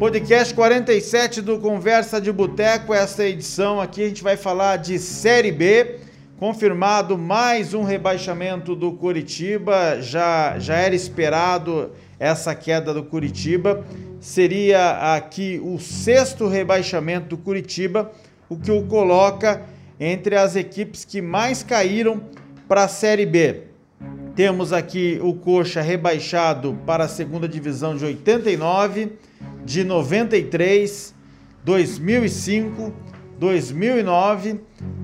Podcast 47 do Conversa de Boteco. Essa edição aqui a gente vai falar de Série B. Confirmado mais um rebaixamento do Curitiba. Já era esperado essa queda do Curitiba. Seria aqui o 6º rebaixamento do Curitiba, o que o coloca entre as equipes que mais caíram para a Série B. Temos aqui o Coxa rebaixado para a 2ª divisão de 89, de 93, 2005, 2009,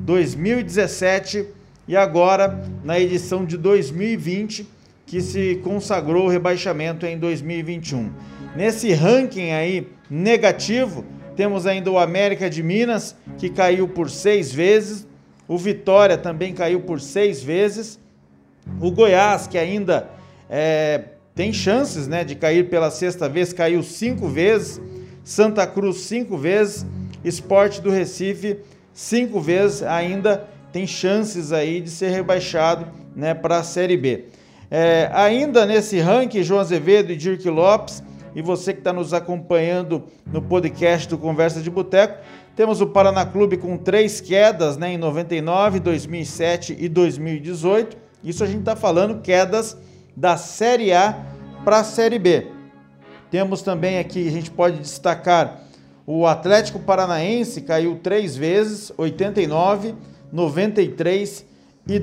2017 e agora na edição de 2020, que se consagrou o rebaixamento em 2021. Nesse ranking aí negativo, temos ainda o América de Minas, que caiu por 6 vezes, o Vitória também caiu por 6 vezes, o Goiás, que ainda tem chances, né, de cair pela 6ª vez, caiu 5 vezes, Santa Cruz 5 vezes, Sport do Recife 5 vezes, ainda tem chances aí de ser rebaixado, né, para a Série B. Ainda nesse ranking, João Azevedo e Dirk Lopes, e você que está nos acompanhando no podcast do Conversa de Boteco, temos o Paraná Clube com 3 quedas, né, em 99, 2007 e 2018. Isso a gente está falando quedas da Série A para a Série B. Temos também aqui, a gente pode destacar, o Atlético Paranaense caiu 3 vezes, 89, 93 e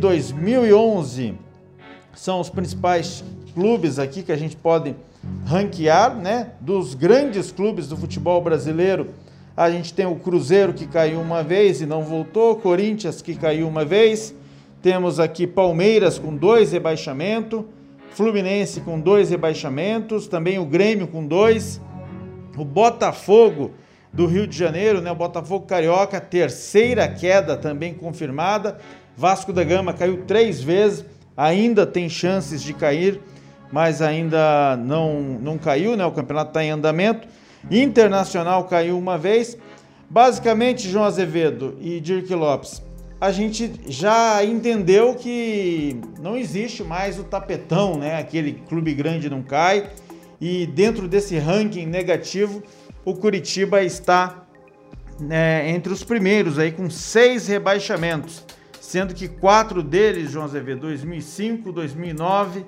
2011. São os principais clubes aqui que a gente pode ranquear, né? Dos grandes clubes do futebol brasileiro, a gente tem o Cruzeiro, que caiu uma vez e não voltou, Corinthians, que caiu uma vez, temos aqui Palmeiras com 2 rebaixamentos, Fluminense com 2 rebaixamentos, também o Grêmio com 2, o Botafogo do Rio de Janeiro, né? O Botafogo Carioca, 3ª queda também confirmada, Vasco da Gama caiu 3 vezes, ainda tem chances de cair, mas ainda não caiu, né? O campeonato está em andamento. Internacional caiu uma vez. Basicamente, João Azevedo e Dirk Lopes, a gente já entendeu que não existe mais o tapetão, né? Aquele clube grande não cai. E dentro desse ranking negativo, o Curitiba está, né, entre os primeiros aí com 6 rebaixamentos, sendo que 4 deles, João Azevedo, 2005, 2009,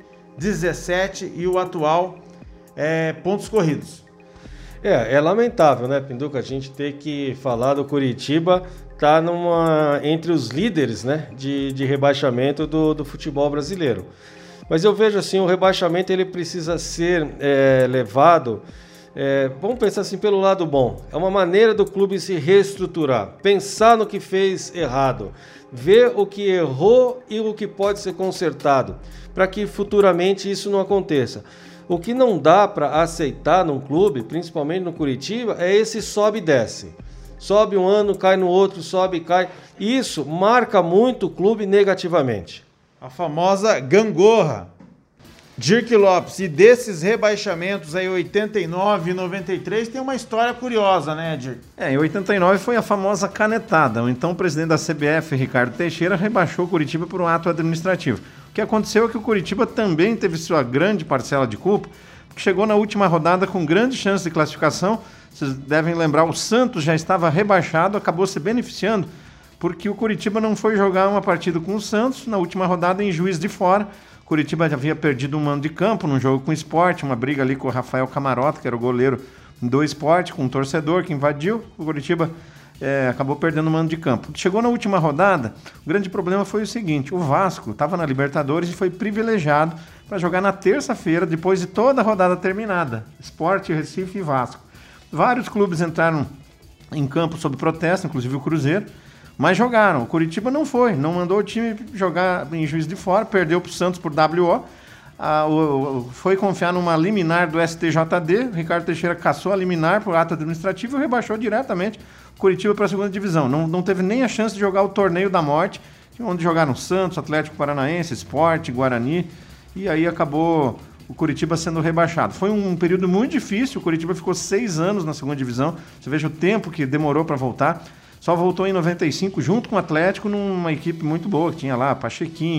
17 e o atual pontos corridos. É lamentável, né, Pinduca? A gente ter que falar do Curitiba, tá entre os líderes, né, de rebaixamento do futebol brasileiro. Mas eu vejo assim, o rebaixamento ele precisa ser levado, vamos pensar assim pelo lado bom, é uma maneira do clube se reestruturar, pensar no que fez errado, ver o que errou e o que pode ser consertado, para que futuramente isso não aconteça. O que não dá para aceitar num clube, principalmente no Curitiba, é esse sobe e desce. Sobe um ano, cai no outro, sobe e cai. Isso marca muito o clube negativamente. A famosa gangorra. Dirk Lopes, e desses rebaixamentos aí, 89 e 93, tem uma história curiosa, né, Dirk? Em 89 foi a famosa canetada. O então presidente da CBF, Ricardo Teixeira, rebaixou o Curitiba por um ato administrativo. O que aconteceu é que o Curitiba também teve sua grande parcela de culpa, porque chegou na última rodada com grande chance de classificação. Vocês devem lembrar, o Santos já estava rebaixado, acabou se beneficiando, porque o Curitiba não foi jogar uma partida com o Santos na última rodada em Juiz de Fora. Curitiba já havia perdido um mando de campo num jogo com o Sport, uma briga ali com o Rafael Camarota, que era o goleiro do Sport, com um torcedor que invadiu. O Curitiba acabou perdendo o mando de campo. Chegou na última rodada, o grande problema foi o seguinte: o Vasco estava na Libertadores e foi privilegiado para jogar na terça-feira, depois de toda a rodada terminada. Sport, Recife e Vasco. Vários clubes entraram em campo sob protesto, inclusive o Cruzeiro, mas jogaram. O Curitiba não foi, não mandou o time jogar em Juiz de Fora, perdeu para o Santos por WO, foi confiar numa liminar do STJD, o Ricardo Teixeira cassou a liminar por ato administrativo e rebaixou diretamente o Curitiba para a 2ª divisão. Não teve nem a chance de jogar o Torneio da Morte, onde jogaram Santos, Atlético Paranaense, Sport, Guarani, e aí acabou o Curitiba sendo rebaixado. Foi um período muito difícil, o Curitiba ficou 6 anos na 2ª divisão, você veja o tempo que demorou para voltar. Só voltou em 95 junto com o Atlético numa equipe muito boa, que tinha lá Pachequinho,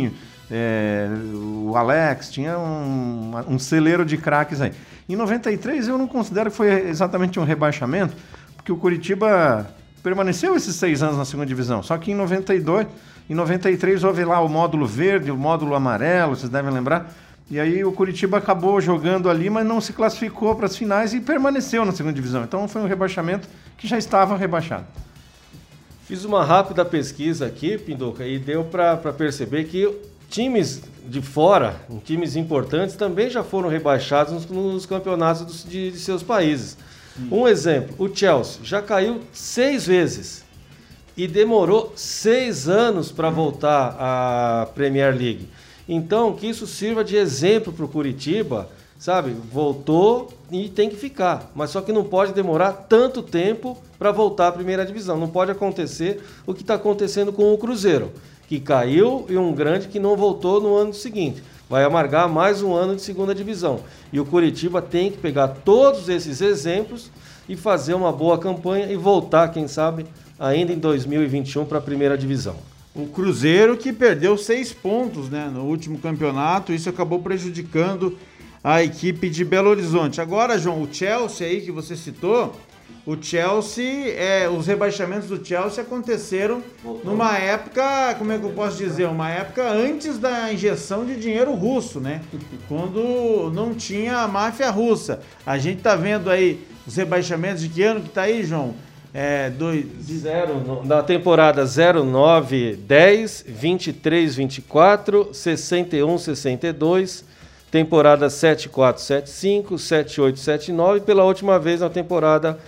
o Alex, tinha um celeiro de craques aí. Em 93 eu não considero que foi exatamente um rebaixamento, porque o Coritiba permaneceu esses 6 anos na segunda divisão, só que em 93 houve lá o módulo verde, o módulo amarelo, vocês devem lembrar, e aí o Coritiba acabou jogando ali, mas não se classificou para as finais e permaneceu na segunda divisão. Então foi um rebaixamento que já estava rebaixado. Fiz uma rápida pesquisa aqui, Pinduca, e deu para perceber que times de fora, times importantes, também já foram rebaixados nos campeonatos de seus países. Um exemplo, o Chelsea já caiu 6 vezes e demorou 6 anos para voltar à Premier League. Então, que isso sirva de exemplo para o Coritiba, sabe? Voltou e tem que ficar, mas só que não pode demorar tanto tempo para voltar à primeira divisão. Não pode acontecer o que está acontecendo com o Cruzeiro, que caiu e um grande que não voltou no ano seguinte. Vai amargar mais um ano de segunda divisão. E o Coritiba tem que pegar todos esses exemplos e fazer uma boa campanha e voltar, quem sabe, ainda em 2021 para a primeira divisão. O Cruzeiro que perdeu 6 pontos, né, no último campeonato, isso acabou prejudicando a equipe de Belo Horizonte. Agora, João, o Chelsea aí que você citou, o Chelsea, os rebaixamentos do Chelsea aconteceram numa época, como é que eu posso dizer, uma época antes da injeção de dinheiro russo, né? Quando não tinha a máfia russa. A gente tá vendo aí os rebaixamentos de que ano que tá aí, João? Na temporada 09-10, 23-24, 61-62, temporada 74-75, 78-79 e pela última vez na temporada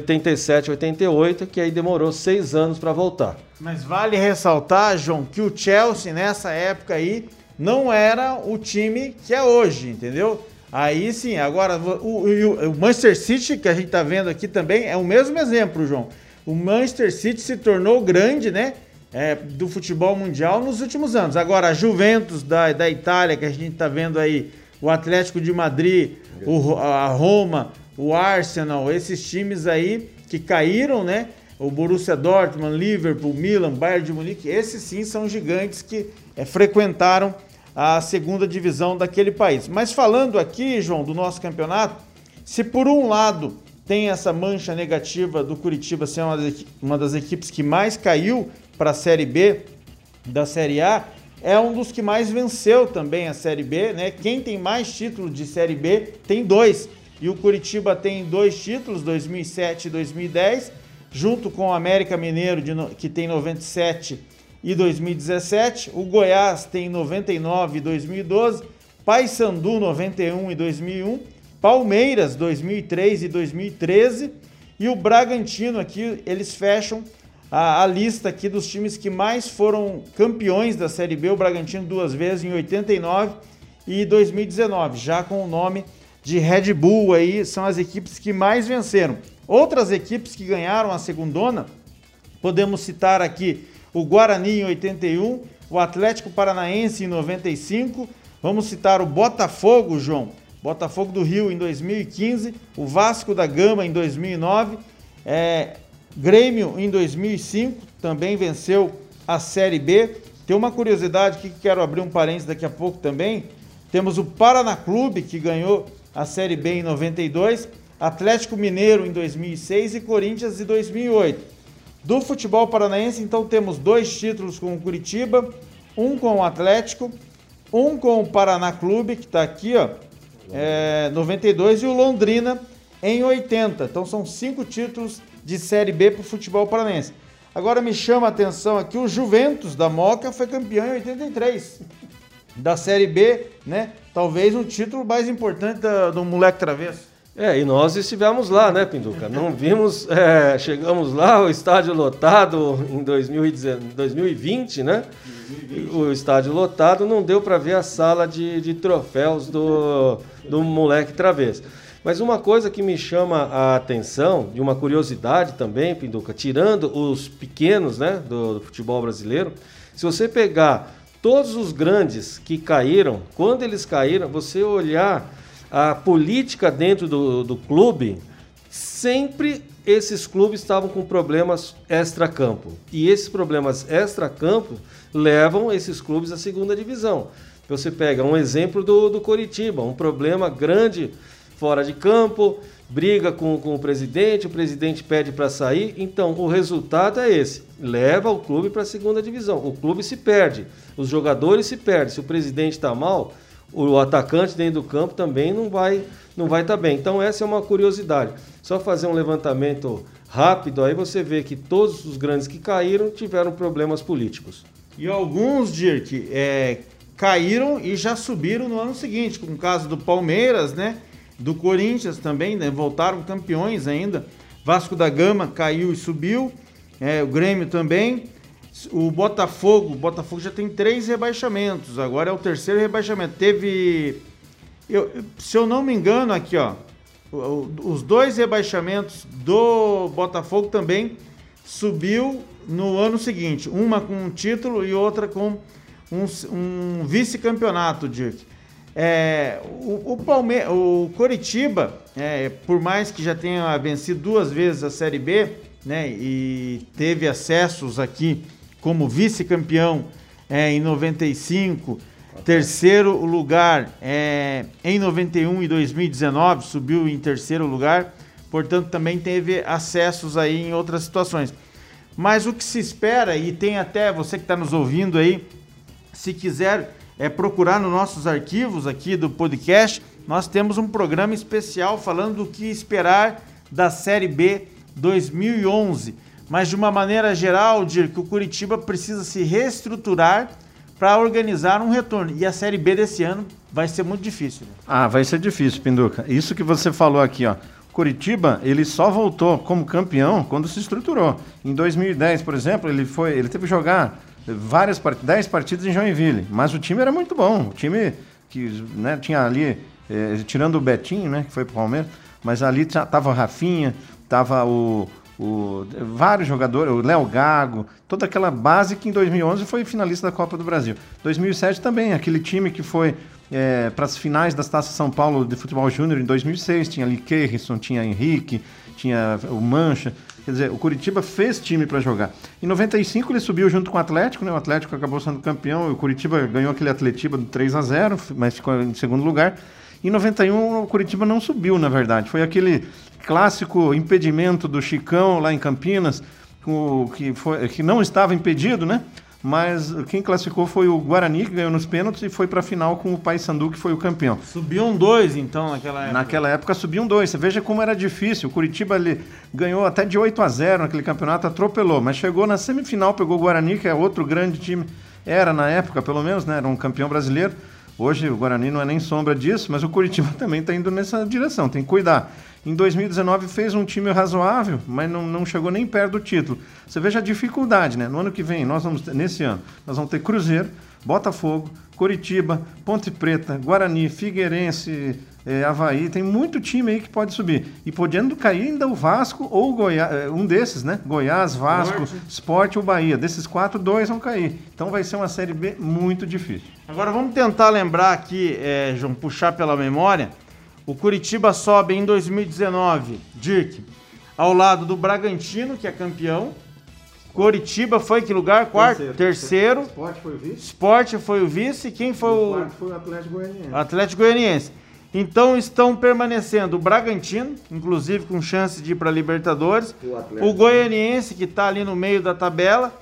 87-88, que aí demorou 6 anos para voltar. Mas vale ressaltar, João, que o Chelsea nessa época aí não era o time que é hoje, entendeu? Aí sim, agora o Manchester City, que a gente tá vendo aqui também, é o mesmo exemplo, João. O Manchester City se tornou grande, né, do futebol mundial nos últimos anos. Agora, a Juventus da Itália, que a gente tá vendo aí, o Atlético de Madrid, a Roma, o Arsenal, esses times aí que caíram, né? O Borussia Dortmund, Liverpool, Milan, Bayern de Munique, esses sim são gigantes que frequentaram a segunda divisão daquele país. Mas falando aqui, João, do nosso campeonato, se por um lado tem essa mancha negativa do Coritiba ser uma das equipes que mais caiu para a Série B da Série A, é um dos que mais venceu também a Série B, né? Quem tem mais títulos de Série B tem 2. E o Coritiba tem 2 títulos, 2007 e 2010, junto com o América Mineiro, que tem 97 e 2017. O Goiás tem 99 e 2012, Paysandu 91 e 2001, Palmeiras 2003 e 2013 e o Bragantino aqui, eles fecham a lista aqui dos times que mais foram campeões da Série B. O Bragantino 2 vezes, em 89 e 2019, já com o nome de Red Bull aí, são as equipes que mais venceram. Outras equipes que ganharam a segundona, podemos citar aqui o Guarani em 81, o Atlético Paranaense em 95, vamos citar o Botafogo, João, Botafogo do Rio em 2015, o Vasco da Gama em 2009, Grêmio em 2005, também venceu a Série B. Tem uma curiosidade aqui que quero abrir um parênteses daqui a pouco também, temos o Paraná Clube, que ganhou a Série B em 92, Atlético Mineiro em 2006 e Corinthians em 2008. Do futebol paranaense, então, temos 2 títulos com o Coritiba, um com o Atlético, um com o Paraná Clube, que está aqui, ó, 92, e o Londrina em 80. Então, são 5 títulos de Série B para o futebol paranaense. Agora me chama a atenção aqui, o Juventus da Moca foi campeão em 83. Da Série B, né? Talvez um título mais importante do moleque travesso. E nós estivemos lá, né, Pinduca? Não vimos, chegamos lá, o estádio lotado em 2020, né? 2020. O estádio lotado, não deu para ver a sala de troféus do moleque travesso. Mas uma coisa que me chama a atenção, e uma curiosidade também, Pinduca, tirando os pequenos, né, do futebol brasileiro, se você pegar todos os grandes que caíram, quando eles caíram, você olhar a política dentro do clube, sempre esses clubes estavam com problemas extracampo. E esses problemas extracampo levam esses clubes à segunda divisão. Você pega um exemplo do Coritiba, um problema grande fora de campo, briga com o presidente pede para sair. Então, o resultado é esse. Leva o clube para a segunda divisão. O clube se perde, os jogadores se perdem. Se o presidente está mal, o atacante dentro do campo também não vai estar bem. Então, essa é uma curiosidade. Só fazer um levantamento rápido, aí você vê que todos os grandes que caíram tiveram problemas políticos. E alguns, Dirk, caíram e já subiram no ano seguinte, como o caso do Palmeiras, né? Do Corinthians também, né? Voltaram campeões ainda. Vasco da Gama caiu e subiu, o Grêmio também. O Botafogo já tem 3 rebaixamentos, agora é o 3º rebaixamento. Teve, se eu não me engano aqui, ó, os 2 rebaixamentos do Botafogo também subiu no ano seguinte, uma com um título e outra com um vice-campeonato, Dirk. O Coritiba, por mais que já tenha vencido 2 vezes a Série B, né, e teve acessos aqui como vice-campeão em 95, 3º lugar em 91 e 2019, subiu em 3º lugar, portanto também teve acessos aí em outras situações. Mas o que se espera, e tem até você que está nos ouvindo aí, se quiser procurar nos nossos arquivos aqui do podcast, nós temos um programa especial falando do que esperar da Série B 2011. Mas de uma maneira geral, Dirk, o Coritiba precisa se reestruturar para organizar um retorno. E a Série B desse ano vai ser muito difícil. Né? Vai ser difícil, Pinduca. Isso que você falou aqui, ó. Coritiba, ele só voltou como campeão quando se estruturou. Em 2010, por exemplo, ele teve que jogar 10 partidas em Joinville, mas o time era muito bom. O time que, né, tinha ali, tirando o Betinho, né, que foi pro Palmeiras, mas ali tava o Rafinha, tava vários jogadores, o Léo Gago, toda aquela base que em 2011 foi finalista da Copa do Brasil. 2007 também, aquele time que foi para as finais das Taças São Paulo de Futebol Júnior em 2006, tinha ali Kerrison, tinha Henrique, tinha o Mancha. Quer dizer, o Coritiba fez time para jogar. Em 95 ele subiu junto com o Atlético, né? O Atlético acabou sendo campeão, e o Coritiba ganhou aquele Atletiba do 3-0, mas ficou em segundo lugar. Em 91 o Coritiba não subiu, na verdade. Foi aquele clássico impedimento do Chicão lá em Campinas, que não estava impedido, né? Mas quem classificou foi o Guarani, que ganhou nos pênaltis, e foi para a final com o Paysandu, que foi o campeão. Subiu 2, então, naquela época. Naquela época subiu 2. Você veja como era difícil. O Coritiba ganhou até de 8-0 naquele campeonato, atropelou. Mas chegou na semifinal, pegou o Guarani, que é outro grande time. Era na época, pelo menos, né? Era um campeão brasileiro. Hoje o Guarani não é nem sombra disso, mas o Coritiba também está indo nessa direção, tem que cuidar. Em 2019 fez um time razoável, mas não chegou nem perto do título. Você veja a dificuldade, né? No ano que vem, nesse ano, nós vamos ter Cruzeiro, Botafogo, Coritiba, Ponte Preta, Guarani, Figueirense, Avaí, tem muito time aí que pode subir. E podendo cair ainda o Vasco ou o Goiás, um desses, né? Goiás, Vasco, Sport ou Bahia. Desses 4, 2 vão cair. Então vai ser uma Série B muito difícil. Agora vamos tentar lembrar aqui, João, puxar pela memória. O Coritiba sobe em 2019, Dirk, ao lado do Bragantino, que é campeão. Coritiba foi que lugar? Terceiro. Sport foi o vice. Sport foi o vice. Quem foi o quarto foi o Atlético Goianiense. Atlético Goianiense. Então estão permanecendo o Bragantino, inclusive com chance de ir para a Libertadores. O Goianiense, que está ali no meio da tabela.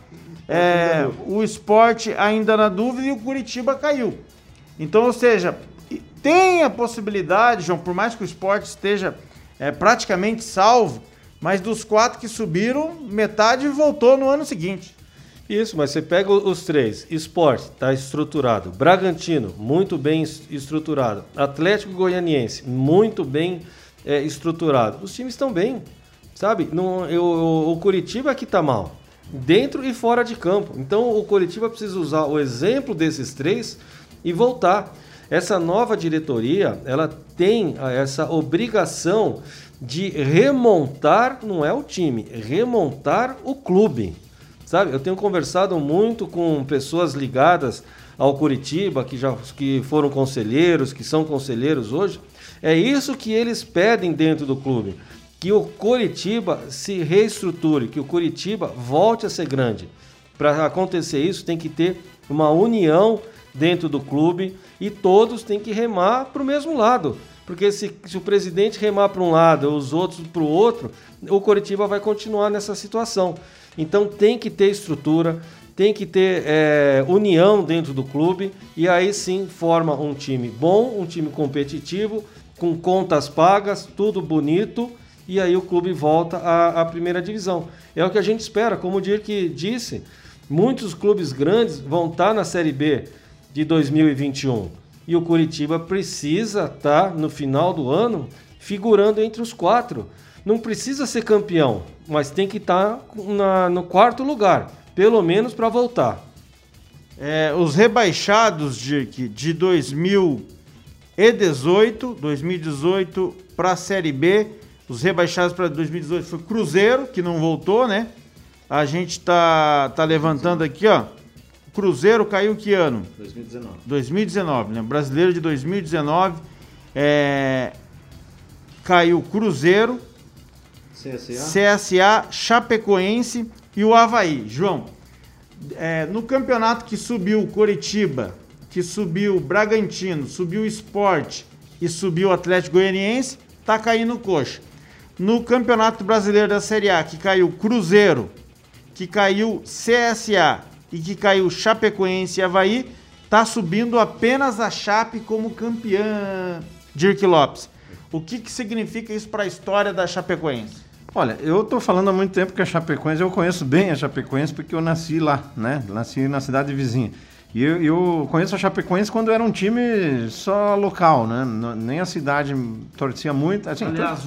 O Sport ainda na dúvida e o Coritiba caiu. Então, ou seja, tem a possibilidade, João, por mais que o Sport esteja praticamente salvo, mas dos 4 que subiram, metade voltou no ano seguinte. Isso, mas você pega os 3. Sport, está estruturado. Bragantino, muito bem estruturado. Atlético Goianiense, muito bem estruturado. Os times estão bem, sabe? O Coritiba que está mal, dentro e fora de campo. Então o Coritiba precisa usar o exemplo desses 3 e voltar. Essa nova diretoria, ela tem essa obrigação de remontar, não é o time, remontar o clube, sabe? Eu tenho conversado muito com pessoas ligadas ao Coritiba, que foram conselheiros, que são conselheiros hoje. É isso que eles pedem dentro do clube. que o Coritiba se reestruture, que o Coritiba volte a ser grande. Para acontecer isso, tem que ter uma união dentro do clube e todos têm que remar para o mesmo lado. Porque se o presidente remar para um lado, os outros para o outro, o Coritiba vai continuar nessa situação. Então tem que ter estrutura, tem que ter união dentro do clube e aí sim forma um time bom, um time competitivo, com contas pagas, tudo bonito, e aí o clube volta à primeira divisão. É o que a gente espera, como o Dirk disse, muitos clubes grandes vão estar na Série B de 2021 e o Coritiba precisa estar no final do ano figurando entre os 4. Não precisa ser campeão, mas tem que estar no 4º lugar, pelo menos para voltar. Os rebaixados, Dirk, de 2018 para a Série B, os rebaixados para 2018 foi Cruzeiro, que não voltou, né? A gente tá levantando aqui, ó. Cruzeiro caiu que ano? 2019, né? Brasileiro de 2019. Caiu Cruzeiro, CSA, Chapecoense e o Avaí. João, no campeonato que subiu Coritiba, que subiu Bragantino, subiu Sport e subiu o Atlético Goianiense, tá caindo Coxa. No Campeonato Brasileiro da Série A, que caiu Cruzeiro, que caiu CSA e que caiu Chapecoense e Avaí, tá subindo apenas a Chape como campeã, Dirk Lopes. O que significa isso para a história da Chapecoense? Olha, eu tô falando há muito tempo que a Chapecoense, eu conheço bem a Chapecoense porque eu nasci lá, né? Nasci na cidade vizinha. E eu conheço a Chapecoense quando era um time só local, né? Nem a cidade torcia muito. Assim, aliás,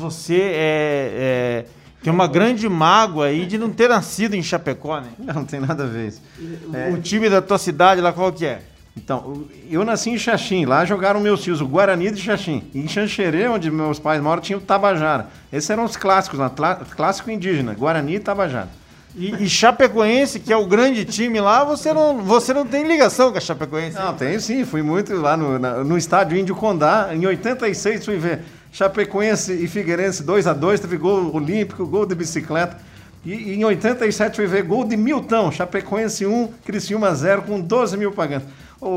você tem uma grande mágoa aí de não ter nascido em Chapecó, né? Não tem nada a ver isso. O time da tua cidade lá, qual que é? Então, eu nasci em Xaxim, lá jogaram meus tios, o Guarani de Xaxim. Em Xanxerê, onde meus pais moram, tinha o Tabajara. Esses eram os clássicos, clássico indígena, Guarani e Tabajara. E Chapecoense, que é o grande time lá, você não tem ligação com a Chapecoense? Não, tem sim, fui muito lá no estádio Índio Condá, em 86 fui ver Chapecoense e Figueirense 2-2, teve gol olímpico, gol de bicicleta. E em 87 fui ver gol de Milton, Chapecoense 1, Criciúma 0, com 12 mil pagantes.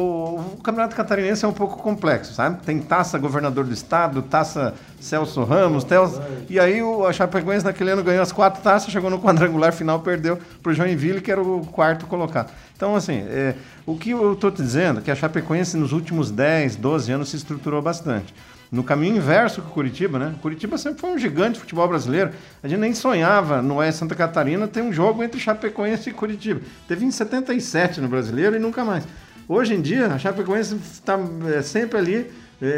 O Campeonato Catarinense é um pouco complexo, sabe? Tem taça governador do estado, taça Celso Ramos, e aí a Chapecoense naquele ano ganhou as 4 taças, chegou no quadrangular final, perdeu para o Joinville, que era o 4º colocado. Então, assim, o que eu estou te dizendo é que a Chapecoense nos últimos 10, 12 anos se estruturou bastante. No caminho inverso que o Coritiba, né? O Coritiba sempre foi um gigante de futebol brasileiro. A gente nem sonhava no Oeste Santa Catarina ter um jogo entre Chapecoense e Coritiba. Teve em 77 no Brasileiro e nunca mais. Hoje em dia, a Chapecoense está sempre ali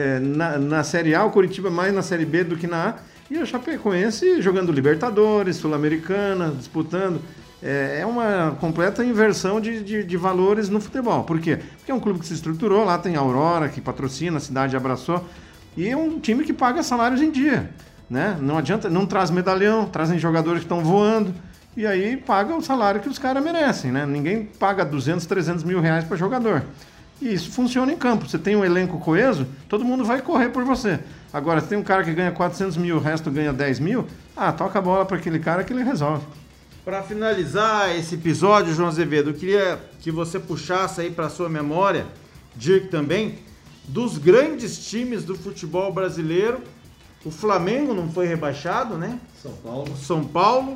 na Série A, o Coritiba mais na Série B do que na A, e a Chapecoense jogando Libertadores, Sul-Americana, disputando. É uma completa inversão de valores no futebol. Por quê? Porque é um clube que se estruturou, lá tem a Aurora, que patrocina, a cidade abraçou, e é um time que paga salários em dia, né? Não adianta, não traz medalhão, trazem jogadores que estão voando, e aí paga o salário que os caras merecem, né? Ninguém paga 200, 300 mil reais para jogador. E isso funciona em campo. Você tem um elenco coeso, todo mundo vai correr por você. Agora, se tem um cara que ganha 400 mil, o resto ganha 10 mil, toca a bola para aquele cara que ele resolve. Para finalizar esse episódio, João Azevedo, eu queria que você puxasse aí para sua memória, Dirk também, dos grandes times do futebol brasileiro. O Flamengo não foi rebaixado, né? São Paulo.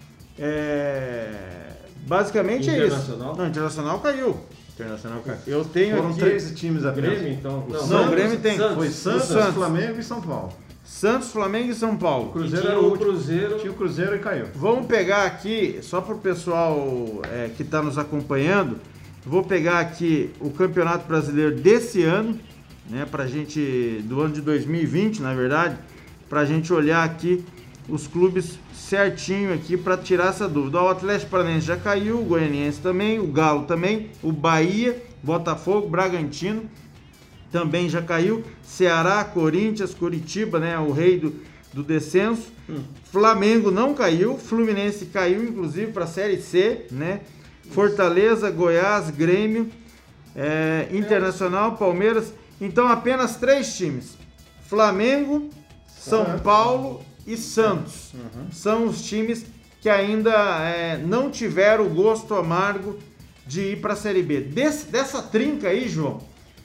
Basicamente é isso. Não, Internacional caiu. Eu tenho Foram aqui 13 times apenas. Grêmio, então. Não, o Grêmio tem. Foi Santos, Flamengo e São Paulo. Santos, Flamengo e São Paulo. Cruzeiro era o último. Tinha o Cruzeiro e caiu. Vamos pegar aqui, só para o pessoal que está nos acompanhando, vou pegar aqui o Campeonato Brasileiro desse ano, né, pra gente, do ano de 2020, na verdade, pra gente olhar aqui os clubes certinho aqui para tirar essa dúvida. O Atlético Paranaense já caiu, o Goianiense também, o Galo também, o Bahia, Botafogo, Bragantino também já caiu, Ceará, Corinthians, Coritiba, né, o rei do descenso, Flamengo não caiu, Fluminense caiu inclusive para a Série C, né, Fortaleza, Goiás, Grêmio, Internacional, Palmeiras. Então apenas 3 times, Flamengo, São Paulo e Santos. São os times que ainda não tiveram o gosto amargo de ir para a Série B. Dessa trinca aí, João,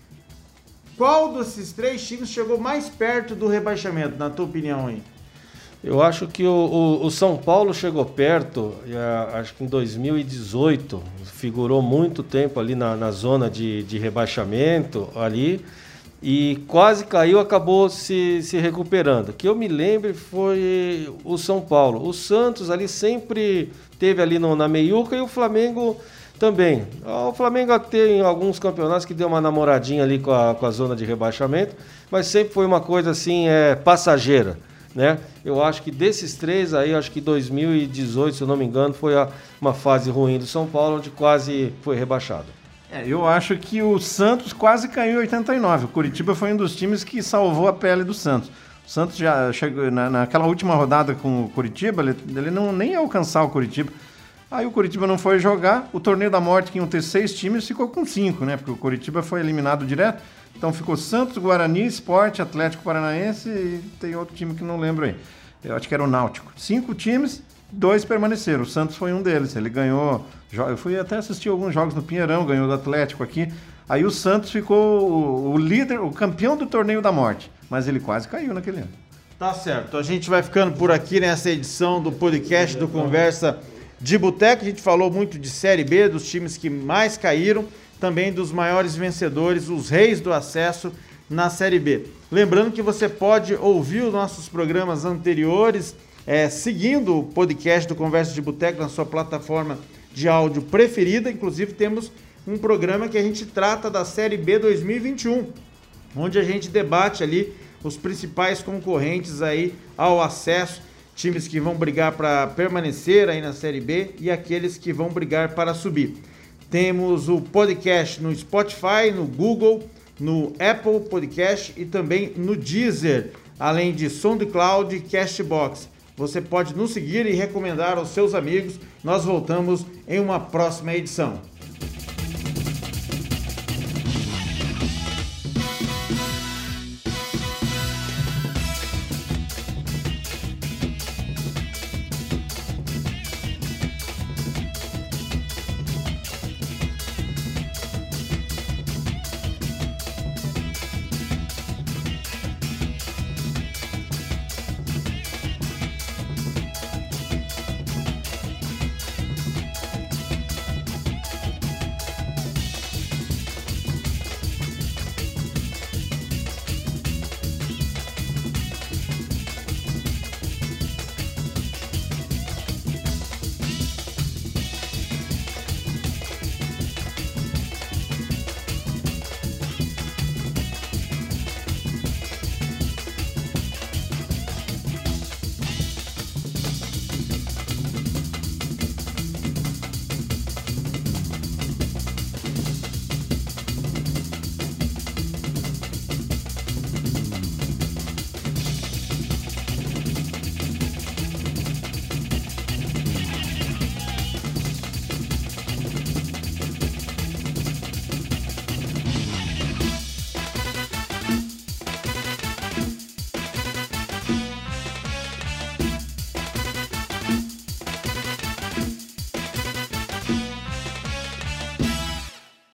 qual desses 3 times chegou mais perto do rebaixamento, na tua opinião aí? Eu acho que o São Paulo chegou perto, acho que em 2018, figurou muito tempo ali na zona de rebaixamento ali, e quase caiu, acabou se recuperando. O que eu me lembro foi o São Paulo. O Santos ali sempre teve ali na meiuca, e o Flamengo também. O Flamengo tem alguns campeonatos que deu uma namoradinha ali com a zona de rebaixamento, mas sempre foi uma coisa assim, passageira, né? Eu acho que desses 3 aí, acho que 2018, se eu não me engano, foi uma fase ruim do São Paulo, onde quase foi rebaixado. Eu acho que o Santos quase caiu em 89. O Coritiba foi um dos times que salvou a pele do Santos. O Santos já chegou naquela última rodada com o Coritiba, ele nem ia alcançar o Coritiba. Aí o Coritiba não foi jogar, o Torneio da Morte, que iam ter 6 times, ficou com 5, né? Porque o Coritiba foi eliminado direto. Então ficou Santos, Guarani, Sport, Atlético Paranaense e tem outro time que não lembro aí. Eu acho que era o Náutico. 5 times, 2 permaneceram. O Santos foi um deles. Ele ganhou... Eu fui até assistir alguns jogos no Pinheirão, ganhou do Atlético aqui. Aí o Santos ficou o líder, o campeão do Torneio da Morte. Mas ele quase caiu naquele ano. Tá certo. A gente vai ficando por aqui nessa edição do podcast do Conversa de Boteco. A gente falou muito de Série B, dos times que mais caíram, também dos maiores vencedores, os reis do acesso na Série B. Lembrando que você pode ouvir os nossos programas anteriores seguindo o podcast do Conversa de Boteco na sua plataforma de áudio preferida. Inclusive temos um programa que a gente trata da Série B 2021, onde a gente debate ali os principais concorrentes aí ao acesso, times que vão brigar para permanecer aí na Série B e aqueles que vão brigar para subir. Temos o podcast no Spotify, no Google, no Apple Podcast e também no Deezer, além de SoundCloud e Castbox. Você pode nos seguir e recomendar aos seus amigos. Nós voltamos em uma próxima edição.